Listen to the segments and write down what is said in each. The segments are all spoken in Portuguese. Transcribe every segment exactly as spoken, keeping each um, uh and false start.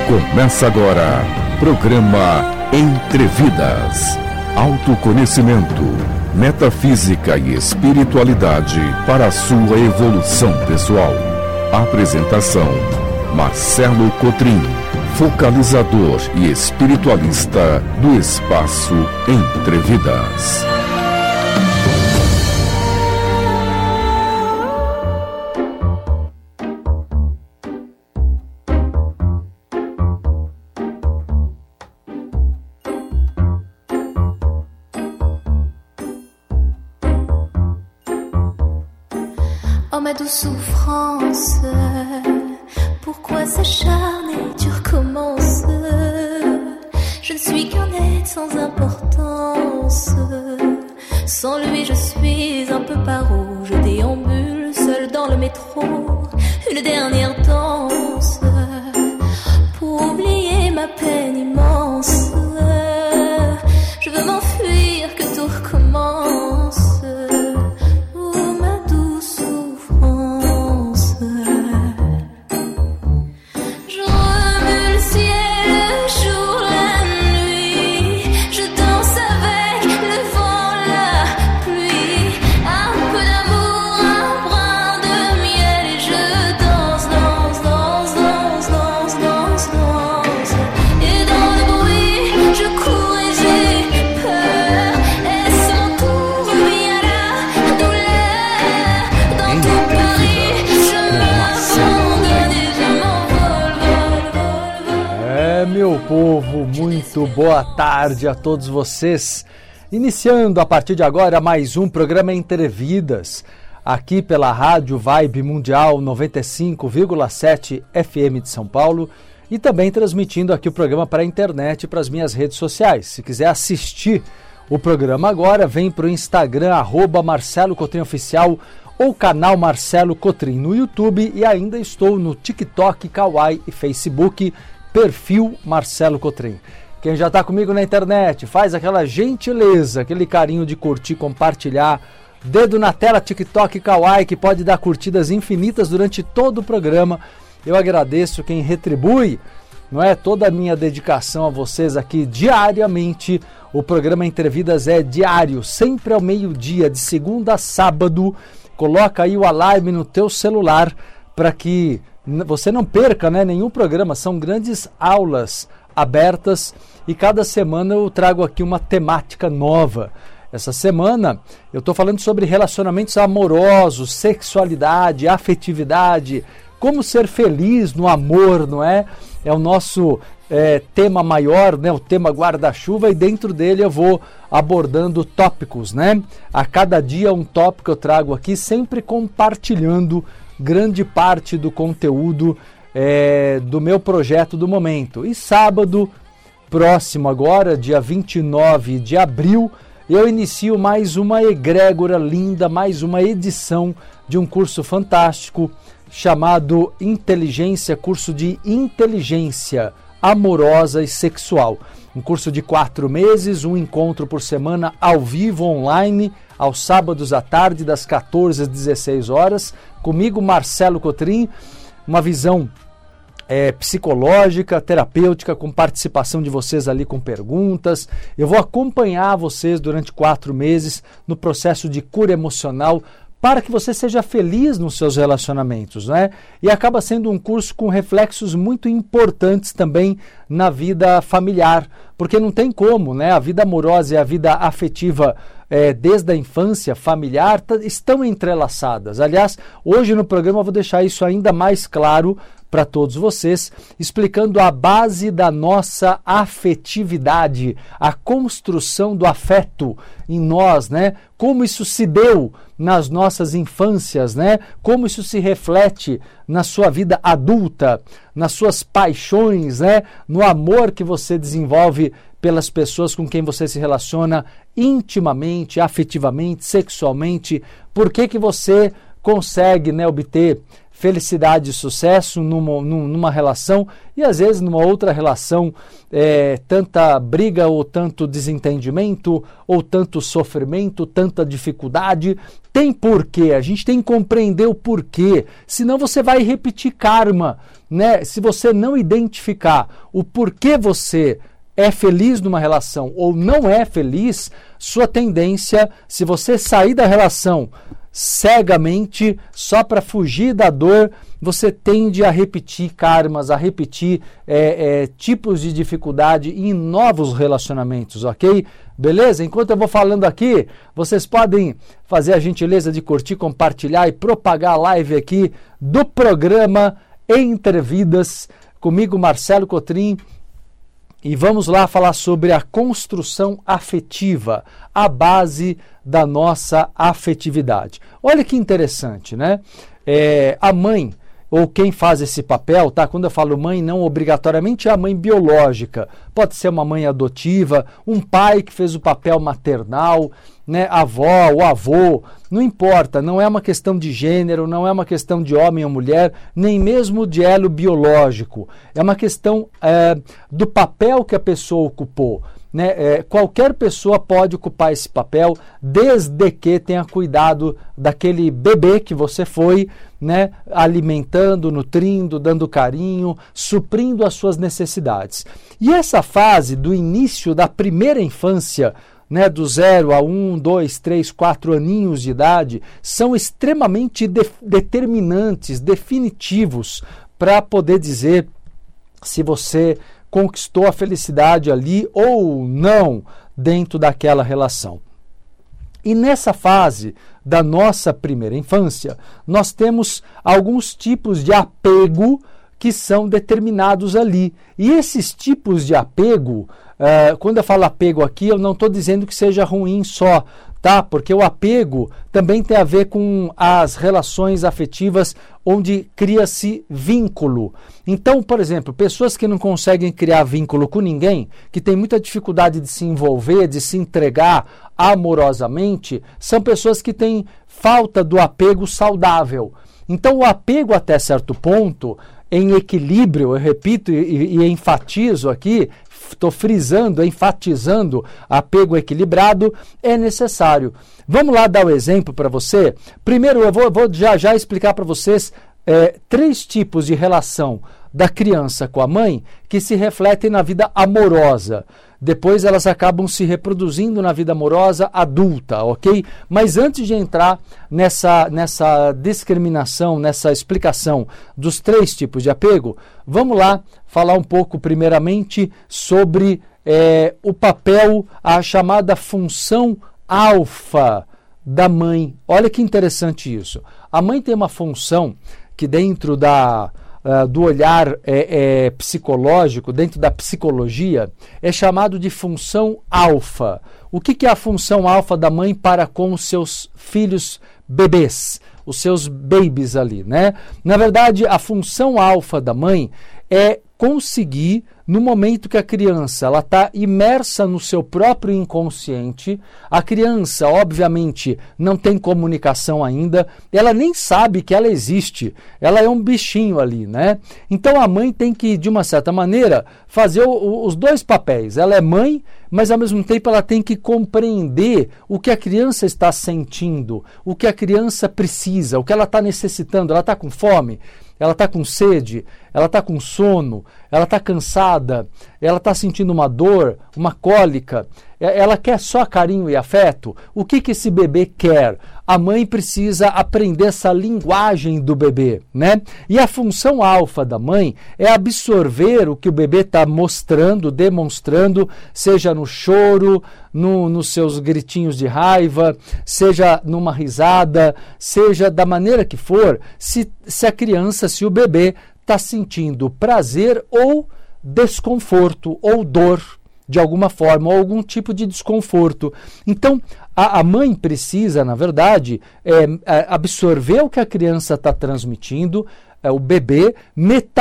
Começa agora, programa Entrevidas. Autoconhecimento, metafísica e espiritualidade para a sua evolução pessoal. Apresentação, Marcelo Cotrim, focalizador e espiritualista do Espaço Entrevidas. Oh ma douce souffrance, pourquoi s'acharner, tu recommences. Je ne suis qu'un être sans importance. Sans lui je suis un peu paro. Je déambule seul dans le métro, une dernière danse pour oublier ma peine immense. Je veux m'enfuir, que tout recommence. Meu povo, muito boa tarde a todos vocês. Iniciando a partir de agora mais um programa Entrevidas, aqui pela Rádio Vibe Mundial noventa e cinco vírgula sete F M de São Paulo e também transmitindo aqui o programa para a internet e para as minhas redes sociais. Se quiser assistir o programa agora, vem para o Instagram, arroba Marcelo Cotrim Oficial ou canal Marcelo Cotrim no YouTube, e ainda estou no TikTok, Kawaii e Facebook, perfil Marcelo Cotrim. Quem já está comigo na internet, faz aquela gentileza, aquele carinho de curtir, compartilhar, dedo na tela, TikTok, Kawaii, que pode dar curtidas infinitas durante todo o programa. Eu agradeço quem retribui, não é, toda a minha dedicação a vocês aqui diariamente. O programa Entrevidas é diário, sempre ao meio-dia, de segunda a sábado. Coloca aí o alarme no teu celular para que você não perca, né, nenhum programa. São grandes aulas abertas e cada semana eu trago aqui uma temática nova. Essa semana eu estou falando sobre relacionamentos amorosos, sexualidade, afetividade, como ser feliz no amor, não é? É o nosso é, tema maior, né, o tema guarda-chuva, e dentro dele eu vou abordando tópicos, né? A cada dia um tópico eu trago aqui, sempre compartilhando grande parte do conteúdo é, do meu projeto do momento. E sábado próximo agora, dia vinte e nove de abril, eu inicio mais uma egrégora linda, mais uma edição de um curso fantástico chamado Inteligência, curso de inteligência amorosa e sexual. Um curso de quatro meses, um encontro por semana ao vivo, online, aos sábados à tarde, das quatorze às dezesseis horas, comigo, Marcelo Cotrim, uma visão é, psicológica, terapêutica, com participação de vocês ali com perguntas. Eu vou acompanhar vocês durante quatro meses no processo de cura emocional, para que você seja feliz nos seus relacionamentos, né? E acaba sendo um curso com reflexos muito importantes também na vida familiar, porque não tem como, né? A vida amorosa e a vida afetiva é, desde a infância familiar estão entrelaçadas. Aliás, hoje no programa eu vou deixar isso ainda mais claro para todos vocês, explicando a base da nossa afetividade, a construção do afeto em nós, né? Como isso se deu nas nossas infâncias, né? Como isso se reflete na sua vida adulta, nas suas paixões, né? No amor que você desenvolve pelas pessoas com quem você se relaciona intimamente, afetivamente, sexualmente. Por que que você consegue, né, obter felicidade e sucesso numa, numa relação e às vezes numa outra relação é, tanta briga ou tanto desentendimento ou tanto sofrimento, tanta dificuldade. Tem porquê, a gente tem que compreender o porquê, senão você vai repetir karma, né? Se você não identificar o porquê você é feliz numa relação ou não é feliz, sua tendência, se você sair da relação cegamente, só para fugir da dor, você tende a repetir karmas, a repetir é, é, tipos de dificuldade em novos relacionamentos, ok? Beleza? Enquanto eu vou falando aqui, vocês podem fazer a gentileza de curtir, compartilhar e propagar a live aqui do programa Entre Vidas, comigo, Marcelo Cotrim. E vamos lá falar sobre a construção afetiva, a base da nossa afetividade. Olha que interessante, né? É, a mãe, ou quem faz esse papel, tá? Quando eu falo mãe, não obrigatoriamente é a mãe biológica. Pode ser uma mãe adotiva, um pai que fez o papel maternal, né? A avó, o avô, não importa, não é uma questão de gênero, não é uma questão de homem ou mulher, nem mesmo de elo biológico. É uma questão é, do papel que a pessoa ocupou. Né? É, qualquer pessoa pode ocupar esse papel, desde que tenha cuidado daquele bebê que você foi, né? Alimentando, nutrindo, dando carinho, suprindo as suas necessidades. E essa fase do início da primeira infância, né, do zero a um, dois, três, quatro aninhos de idade, são extremamente de- determinantes, definitivos, para poder dizer se você conquistou a felicidade ali ou não dentro daquela relação. E nessa fase da nossa primeira infância, nós temos alguns tipos de apego que são determinados ali. E esses tipos de apego, uh, quando eu falo apego aqui, eu não estou dizendo que seja ruim só, tá? Porque o apego também tem a ver com as relações afetivas onde cria-se vínculo. Então, por exemplo, pessoas que não conseguem criar vínculo com ninguém, que têm muita dificuldade de se envolver, de se entregar amorosamente, são pessoas que têm falta do apego saudável. Então, o apego até certo ponto, em equilíbrio, eu repito e, e enfatizo aqui, estou frisando, enfatizando apego equilibrado, é necessário. Vamos lá dar o um exemplo para você? Primeiro, eu vou, vou já, já explicar para vocês é, três tipos de relação da criança com a mãe que se refletem na vida amorosa. Depois elas acabam se reproduzindo na vida amorosa adulta, ok? Mas antes de entrar nessa, nessa discriminação, nessa explicação dos três tipos de apego, vamos lá falar um pouco primeiramente sobre é, o papel, a chamada função alfa da mãe. Olha que interessante isso. A mãe tem uma função que dentro da... Uh, do olhar é, é, psicológico, dentro da psicologia, é chamado de função alfa. O que, que é a função alfa da mãe para com os seus filhos bebês, os seus babies ali, né? Na verdade, a função alfa da mãe é conseguir, no momento que a criança ela está imersa no seu próprio inconsciente, a criança, obviamente, não tem comunicação ainda, ela nem sabe que ela existe, ela é um bichinho ali, né? Então a mãe tem que, de uma certa maneira, fazer o, o, os dois papéis. Ela é mãe, mas ao mesmo tempo ela tem que compreender o que a criança está sentindo, o que a criança precisa, o que ela está necessitando. Ela está com fome? Ela está com sede, ela está com sono, ela está cansada, ela está sentindo uma dor, uma cólica, ela quer só carinho e afeto. O que, que esse bebê quer? A mãe precisa aprender essa linguagem do bebê, né? E a função alfa da mãe é absorver o que o bebê está mostrando, demonstrando, seja no choro, no, nos seus gritinhos de raiva, seja numa risada, seja da maneira que for, se, se a criança, se o bebê está sentindo prazer ou desconforto ou dor de alguma forma, ou algum tipo de desconforto. Então, a, a mãe precisa, na verdade, é, é, absorver o que a criança está transmitindo, é, o bebê,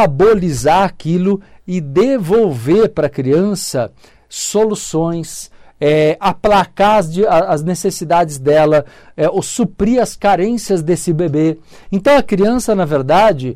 metabolizar aquilo e devolver para a criança soluções, é, aplacar as, as necessidades dela, é, ou suprir as carências desse bebê. Então a criança, na verdade,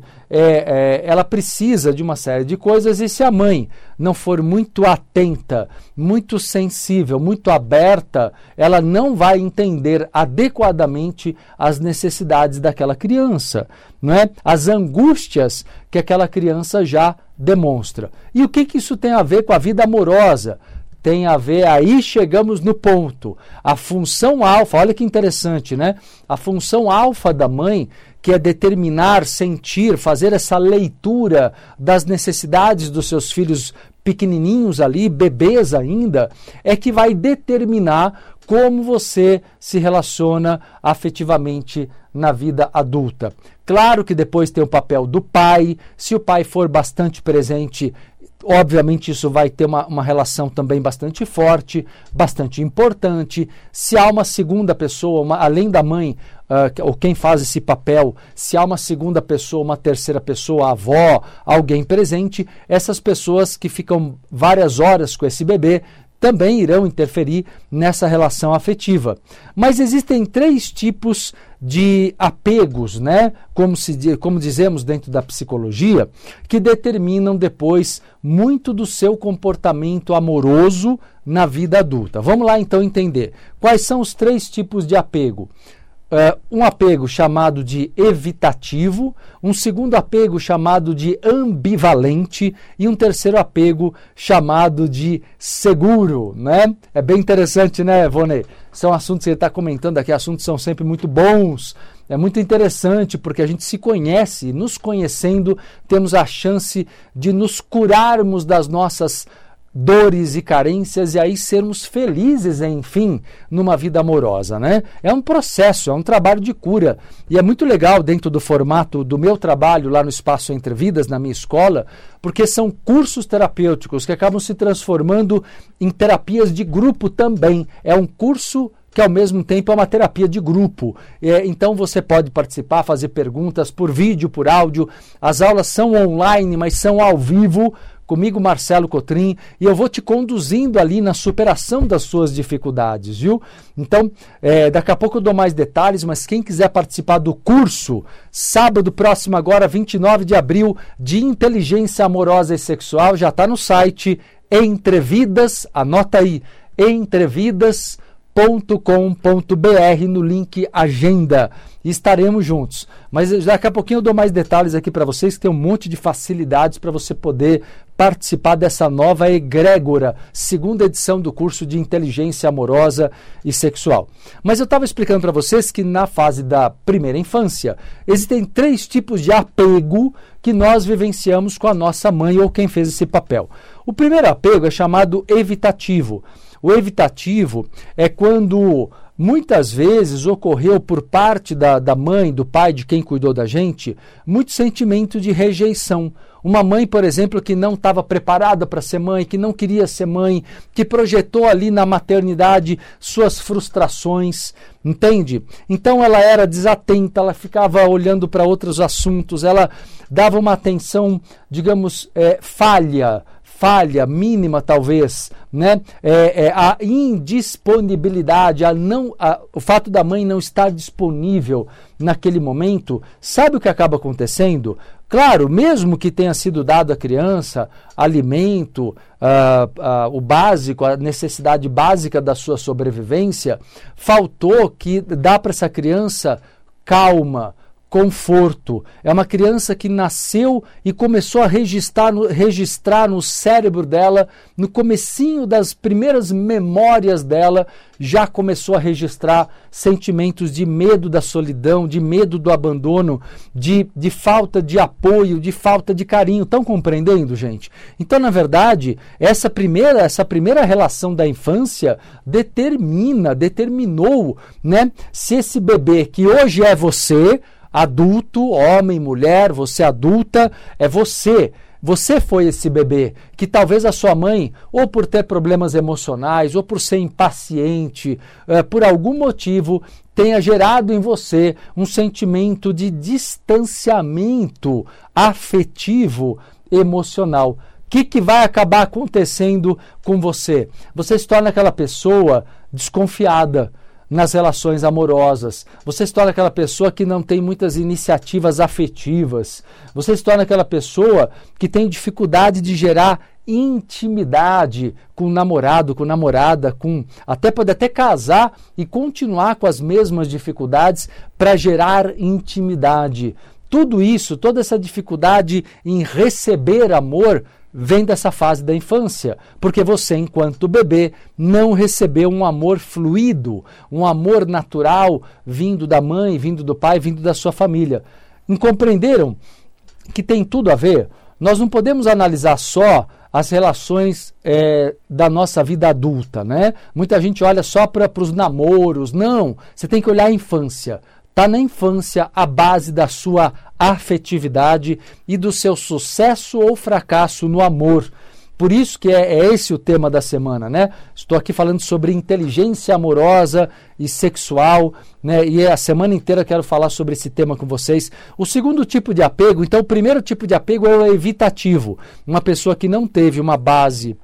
é, é, ela precisa de uma série de coisas, e se a mãe não for muito atenta, muito sensível, muito aberta, ela não vai entender adequadamente as necessidades daquela criança, não é? As angústias que aquela criança já demonstra. E o que, que isso tem a ver com a vida amorosa? Tem a ver, aí chegamos no ponto, a função alfa, olha que interessante, né? A função alfa da mãe, que é determinar, sentir, fazer essa leitura das necessidades dos seus filhos pequenininhos ali, bebês ainda, é que vai determinar como você se relaciona afetivamente na vida adulta. Claro que depois tem o papel do pai, se o pai for bastante presente, obviamente isso vai ter uma, uma relação também bastante forte, bastante importante. Se há uma segunda pessoa, uma, além da mãe, uh, ou quem faz esse papel, se há uma segunda pessoa, uma terceira pessoa, a avó, alguém presente, essas pessoas que ficam várias horas com esse bebê também irão interferir nessa relação afetiva. Mas existem três tipos de apegos, né? Como, se, como dizemos dentro da psicologia, que determinam depois muito do seu comportamento amoroso na vida adulta. Vamos lá então entender. Quais são os três tipos de apego? Uh, um apego chamado de evitativo, um segundo apego chamado de ambivalente e um terceiro apego chamado de seguro, né? É bem interessante, né, Vonei? São assuntos que ele está comentando aqui, assuntos são sempre muito bons, é muito interessante porque a gente se conhece, e nos conhecendo temos a chance de nos curarmos das nossas dores e carências e aí sermos felizes, enfim, numa vida amorosa, né? É um processo, é um trabalho de cura e é muito legal dentro do formato do meu trabalho lá no Espaço Entre Vidas, na minha escola, porque são cursos terapêuticos que acabam se transformando em terapias de grupo também. É um curso que ao mesmo tempo é uma terapia de grupo. É, então você pode participar, fazer perguntas por vídeo, por áudio. As aulas são online, mas são ao vivo, comigo, Marcelo Cotrim, e eu vou te conduzindo ali na superação das suas dificuldades, viu? Então, é, daqui a pouco eu dou mais detalhes, mas quem quiser participar do curso, sábado próximo agora, vinte e nove de abril, de Inteligência Amorosa e Sexual, já está no site Entrevidas, anota aí, entrevidas ponto com ponto b r no link Agenda. E estaremos juntos. Mas daqui a pouquinho eu dou mais detalhes aqui para vocês, que tem um monte de facilidades para você poder participar dessa nova egrégora, segunda edição do curso de Inteligência Amorosa e Sexual. Mas eu estava explicando para vocês que na fase da primeira infância existem três tipos de apego que nós vivenciamos com a nossa mãe ou quem fez esse papel. O primeiro apego é chamado evitativo. O evitativo é quando muitas vezes ocorreu por parte da, da mãe, do pai, de quem cuidou da gente, muito sentimento de rejeição. Uma mãe, por exemplo, que não estava preparada para ser mãe, que não queria ser mãe, que projetou ali na maternidade suas frustrações, entende? Então ela era desatenta, ela ficava olhando para outros assuntos, ela dava uma atenção, digamos, é, falha, falha mínima talvez, né? É, é, a indisponibilidade, a não, a, o fato da mãe não estar disponível naquele momento, sabe o que acaba acontecendo? Claro, mesmo que tenha sido dado à criança alimento, uh, uh, o básico, a necessidade básica da sua sobrevivência, faltou que dá para essa criança calma, conforto. É uma criança que nasceu e começou a registrar no, registrar no cérebro dela, no comecinho das primeiras memórias dela, já começou a registrar sentimentos de medo da solidão, de medo do abandono, de, de falta de apoio, de falta de carinho. Estão compreendendo, gente? Então, na verdade, essa primeira, essa primeira relação da infância determina, determinou, né, se esse bebê que hoje é você, adulto, homem, mulher, você adulta, é você. Você foi esse bebê que talvez a sua mãe, ou por ter problemas emocionais, ou por ser impaciente, é, por algum motivo, tenha gerado em você um sentimento de distanciamento afetivo, emocional. que, que vai acabar acontecendo com você? Você se torna aquela pessoa desconfiada nas relações amorosas. Você se torna aquela pessoa que não tem muitas iniciativas afetivas. Você se torna aquela pessoa que tem dificuldade de gerar intimidade com o namorado, com a namorada, com até pode até casar e continuar com as mesmas dificuldades para gerar intimidade. Tudo isso, toda essa dificuldade em receber amor vem dessa fase da infância, porque você, enquanto bebê, não recebeu um amor fluido, um amor natural vindo da mãe, vindo do pai, vindo da sua família. Compreenderam que tem tudo a ver? Nós não podemos analisar só as relações é, da nossa vida adulta, né? Muita gente olha só para os namoros. Não, você tem que olhar a infância. Está na infância a base da sua afetividade e do seu sucesso ou fracasso no amor. Por isso que é, é esse o tema da semana, né? Estou aqui falando sobre inteligência amorosa e sexual, né? E a semana inteira quero falar sobre esse tema com vocês. O segundo tipo de apego, então o primeiro tipo de apego é o evitativo. Uma pessoa que não teve uma base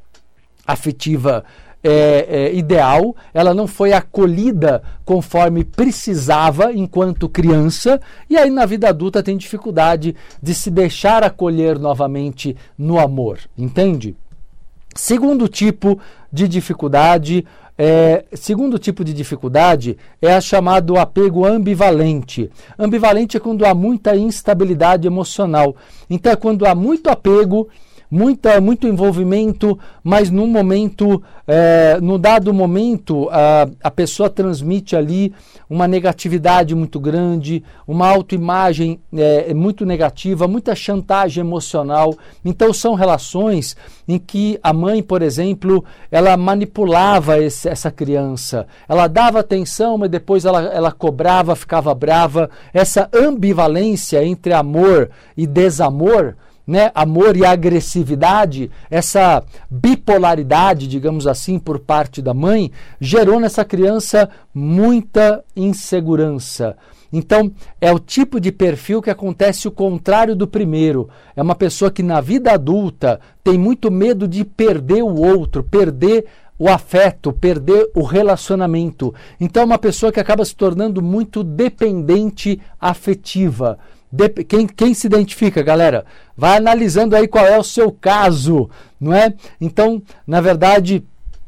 afetiva É, é, ideal, ela não foi acolhida conforme precisava enquanto criança, e aí na vida adulta tem dificuldade de se deixar acolher novamente no amor, entende? Segundo tipo de dificuldade, é, segundo tipo de dificuldade é a chamado apego ambivalente. Ambivalente é quando há muita instabilidade emocional. Então é quando há muito apego, Muita, muito envolvimento, mas num momento, é, no dado momento, a, a pessoa transmite ali uma negatividade muito grande, uma autoimagem é, muito negativa, muita chantagem emocional. Então são relações em que a mãe, por exemplo, ela manipulava esse, essa criança. Ela dava atenção, mas depois ela, ela cobrava, ficava brava. Essa ambivalência entre amor e desamor, né, amor e agressividade, essa bipolaridade, digamos assim, por parte da mãe, gerou nessa criança muita insegurança. Então, é o tipo de perfil que acontece o contrário do primeiro. É uma pessoa que na vida adulta tem muito medo de perder o outro, perder o afeto, perder o relacionamento. Então, é uma pessoa que acaba se tornando muito dependente afetiva. De, quem, quem se identifica, galera? Vai analisando aí qual é o seu caso, não é? Então, na verdade,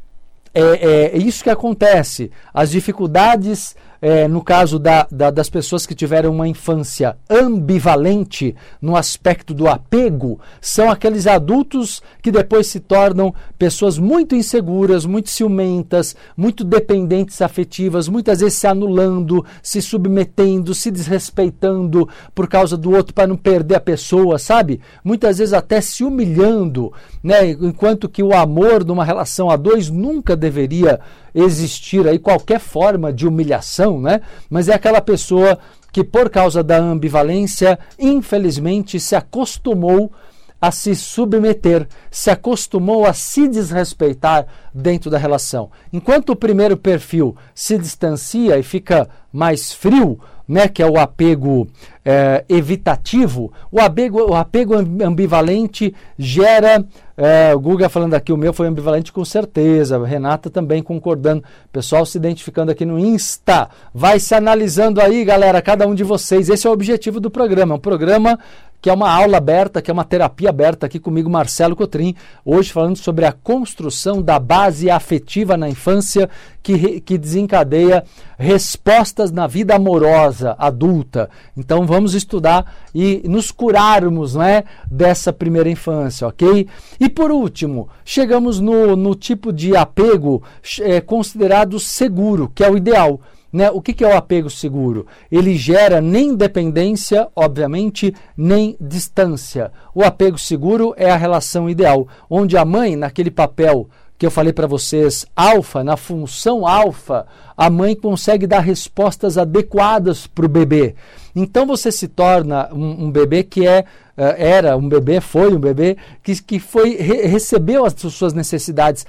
é, é isso que acontece. As dificuldades, é, no caso da, da, das pessoas que tiveram uma infância ambivalente no aspecto do apego, são aqueles adultos que depois se tornam pessoas muito inseguras, muito ciumentas, muito dependentes afetivas, muitas vezes se anulando, se submetendo, se desrespeitando por causa do outro para não perder a pessoa, sabe? Muitas vezes até se humilhando, né? Enquanto que o amor numa relação a dois nunca deveria existir aí qualquer forma de humilhação, né? Mas é aquela pessoa que por causa da ambivalência, infelizmente, se acostumou a se submeter, se acostumou a se desrespeitar dentro da relação. Enquanto o primeiro perfil se distancia e fica mais frio, né, que é o apego é, evitativo, o apego, o apego ambivalente gera, é, o Guga falando aqui, o meu foi ambivalente com certeza, a Renata também concordando, pessoal se identificando aqui no Insta, vai se analisando aí, galera, cada um de vocês, esse é o objetivo do programa, um programa que é uma aula aberta, que é uma terapia aberta aqui comigo, Marcelo Cotrim, hoje falando sobre a construção da base afetiva na infância que, que desencadeia respostas na vida amorosa adulta. Então vamos estudar e nos curarmos, né, dessa primeira infância, ok? E por último, chegamos no, no tipo de apego é, considerado seguro, que é o ideal. Né? O que, que é o apego seguro? Ele gera nem dependência, obviamente, nem distância. O apego seguro é a relação ideal, onde a mãe, naquele papel que eu falei para vocês, alfa, na função alfa, a mãe consegue dar respostas adequadas para o bebê. Então você se torna um, um bebê que é, era um bebê, foi um bebê que, que foi, re, recebeu as suas necessidades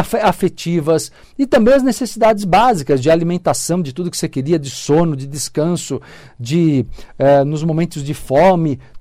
afetivas e também as necessidades básicas de alimentação, de tudo que você queria, de sono, de descanso, de eh, nos momentos de fome,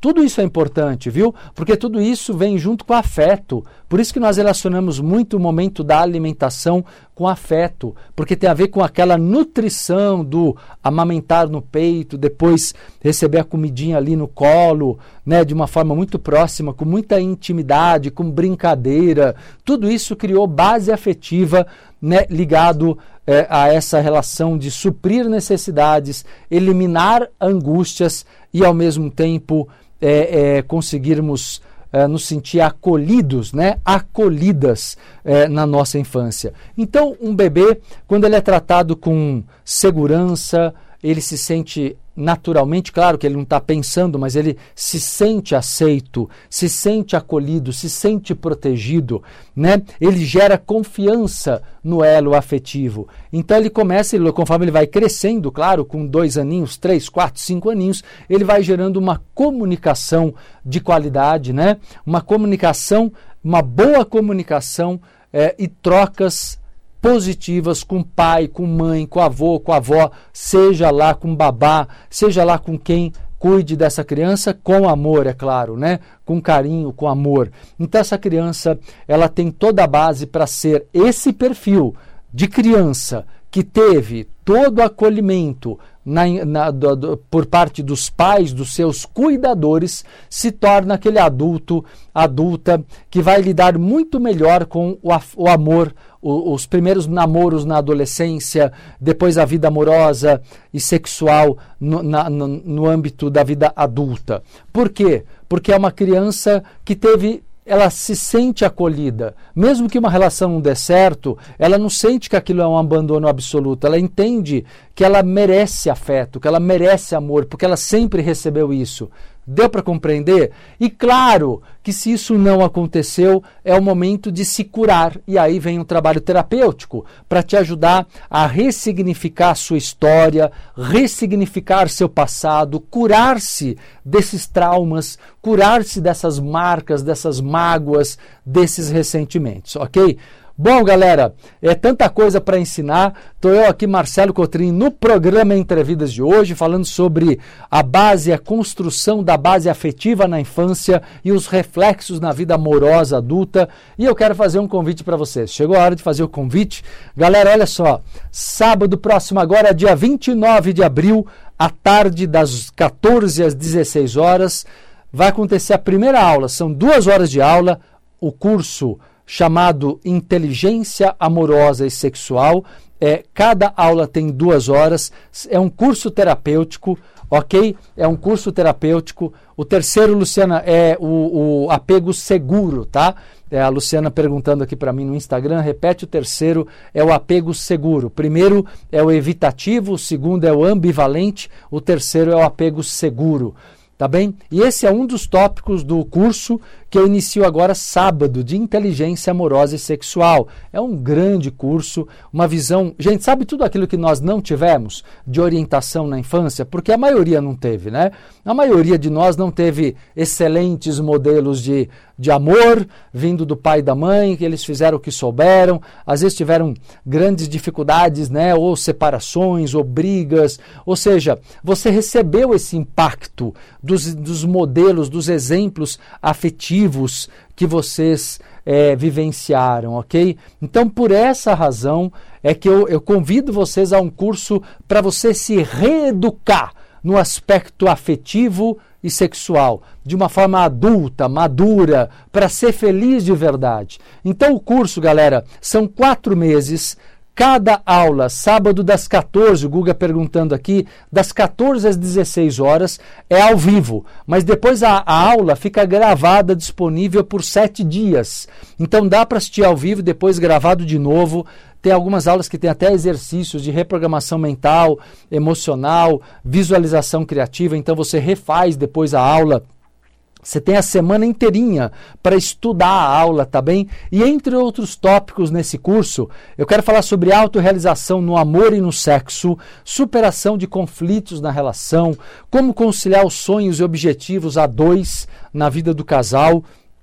Tudo isso é importante, viu? Porque tudo isso vem junto com afeto. Por isso que nós relacionamos muito o momento da alimentação com afeto, porque tem a ver com aquela nutrição do amamentar no peito, depois receber a comidinha ali no colo, né, de uma forma muito próxima, com muita intimidade, com brincadeira. Tudo isso criou base afetiva, né, ligado é, a essa relação de suprir necessidades, eliminar angústias e, ao mesmo tempo, é, é, conseguirmos é, nos sentir acolhidos, né, acolhidas é, na nossa infância. Então, um bebê, quando ele é tratado com segurança, ele se sente naturalmente, claro que ele não está pensando, mas ele se sente aceito, se sente acolhido, se sente protegido, né? Ele gera confiança no elo afetivo. Então ele começa, ele, conforme ele vai crescendo, claro, com dois aninhos, três, quatro, cinco aninhos, ele vai gerando uma comunicação de qualidade, né? Uma comunicação, uma boa comunicação é, e trocas positivas com pai, com mãe, com avô, com avó, seja lá com babá, seja lá com quem cuide dessa criança, com amor, é claro, né? Com carinho, com amor. Então essa criança, ela tem toda a base para ser esse perfil de criança que teve todo o acolhimento na, na, do, do, por parte dos pais, dos seus cuidadores, se torna aquele adulto, adulta, que vai lidar muito melhor com o, o amor, o, os primeiros namoros na adolescência, depois a vida amorosa e sexual no, na, no, no âmbito da vida adulta. Por quê? Porque é uma criança que teve... ela se sente acolhida. Mesmo que uma relação não dê certo, ela não sente que aquilo é um abandono absoluto. Ela entende que ela merece afeto, que ela merece amor, porque ela sempre recebeu isso. Deu para compreender? E claro que se isso não aconteceu, é o momento de se curar. E aí vem um trabalho terapêutico para te ajudar a ressignificar a sua história, ressignificar seu passado, curar-se desses traumas, curar-se dessas marcas, dessas mágoas, desses ressentimentos, ok? Bom, galera, é tanta coisa para ensinar. Estou eu aqui, Marcelo Cotrim, no programa Entrevidas de hoje, falando sobre a base, a construção da base afetiva na infância e os reflexos na vida amorosa adulta. E eu quero fazer um convite para vocês. Chegou a hora de fazer o convite. Galera, olha só, sábado próximo agora, dia vinte e nove de abril, à tarde, das quatorze às dezesseis horas, vai acontecer a primeira aula. São duas horas de aula, o curso chamado Inteligência Amorosa e Sexual. É, cada aula tem duas horas, é um curso terapêutico, ok? É um curso terapêutico. O terceiro, Luciana, é o, o apego seguro, tá? É a Luciana perguntando aqui para mim no Instagram, repete, o terceiro é o apego seguro. O primeiro é o evitativo, o segundo é o ambivalente, o terceiro é o apego seguro. Tá bem? E esse é um dos tópicos do curso que eu inicio agora sábado, de inteligência amorosa e sexual. É um grande curso, uma visão... Gente, sabe tudo aquilo que nós não tivemos de orientação na infância? Porque a maioria não teve, né? A maioria de nós não teve excelentes modelos de, de amor vindo do pai e da mãe, que eles fizeram o que souberam, às vezes tiveram grandes dificuldades, né? Ou separações, ou brigas. Ou seja, você recebeu esse impacto dos, dos modelos, dos exemplos afetivos que vocês é, vivenciaram, ok? Então, por essa razão, é que eu, eu convido vocês a um curso para você se reeducar no aspecto afetivo e sexual, de uma forma adulta, madura, para ser feliz de verdade. Então, o curso, galera, são quatro meses. Cada aula, sábado das quatorze, o Guga perguntando aqui, das quatorze às dezesseis horas, é ao vivo. Mas depois a, a aula fica gravada, disponível por sete dias. Então dá para assistir ao vivo, depois gravado de novo. Tem algumas aulas que tem até exercícios de reprogramação mental, emocional, visualização criativa. Então você refaz depois a aula. Você tem a semana inteirinha para estudar a aula, tá bem? E entre outros tópicos nesse curso, eu quero falar sobre autorrealização no amor e no sexo, superação de conflitos na relação, como conciliar os sonhos e objetivos a dois na vida do casal,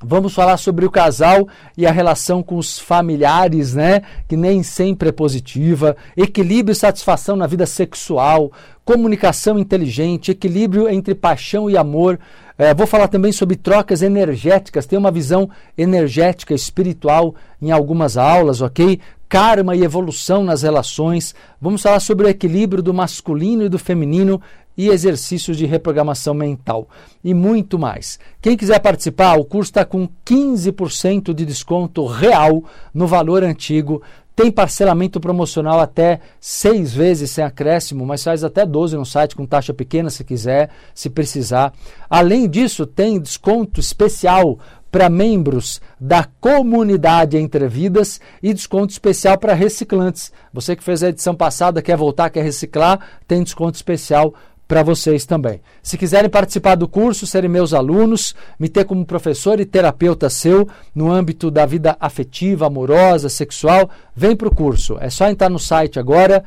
Vamos falar sobre o casal e a relação com os familiares, né? Que nem sempre é positiva. Equilíbrio e satisfação na vida sexual. Comunicação inteligente. Equilíbrio entre paixão e amor. É, vou falar também sobre trocas energéticas. Tem uma visão energética, espiritual em algumas aulas, ok? Karma e evolução nas relações. Vamos falar sobre o equilíbrio do masculino e do feminino e exercícios de reprogramação mental e muito mais. Quem quiser participar, o curso está com quinze por cento de desconto real no valor antigo. Tem parcelamento promocional até seis vezes sem acréscimo, mas faz até doze no site com taxa pequena se quiser, se precisar. Além disso, tem desconto especial para membros da comunidade Entre Vidas e desconto especial para reciclantes. Você que fez a edição passada, quer voltar, quer reciclar, tem desconto especial para vocês também. Se quiserem participar do curso, serem meus alunos, me ter como professor e terapeuta seu no âmbito da vida afetiva, amorosa, sexual, vem para o curso. É só entrar no site agora,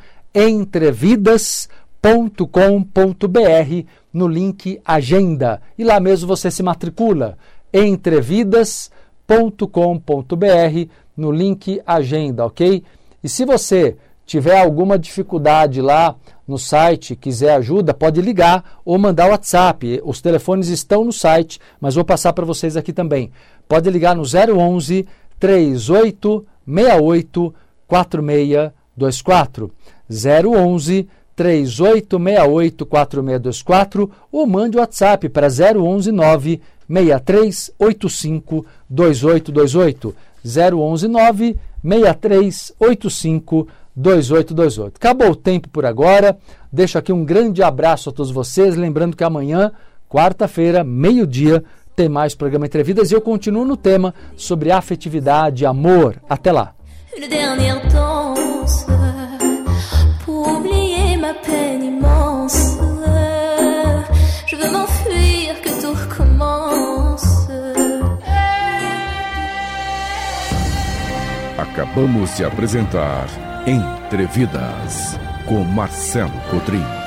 entrevidas ponto com ponto b r, no link Agenda. E lá mesmo você se matricula. entrevidas ponto com ponto b r, no link Agenda, ok? E se você tiver alguma dificuldade lá no site, quiser ajuda, pode ligar ou mandar WhatsApp. Os telefones estão no site, mas vou passar para vocês aqui também. Pode ligar no zero onze, três oito seis oito, quatro seis dois quatro. zero onze, três oito seis oito, quatro seis dois quatro ou mande o WhatsApp para zero onze, nove seis três oito cinco, dois oito dois oito. zero onze, nove seis três oito cinco, dois oito dois oito. Acabou o tempo por agora. Deixo aqui um grande abraço a todos vocês. Lembrando que amanhã, quarta-feira, meio-dia, tem mais programa Entre Vidas e eu continuo no tema sobre afetividade e amor. Até lá. Une dernière danse pour oublier ma peine immense. Je veux m'enfuir, que tout recommence. Acabamos de apresentar Entre Vidas, com Marcelo Cotrim.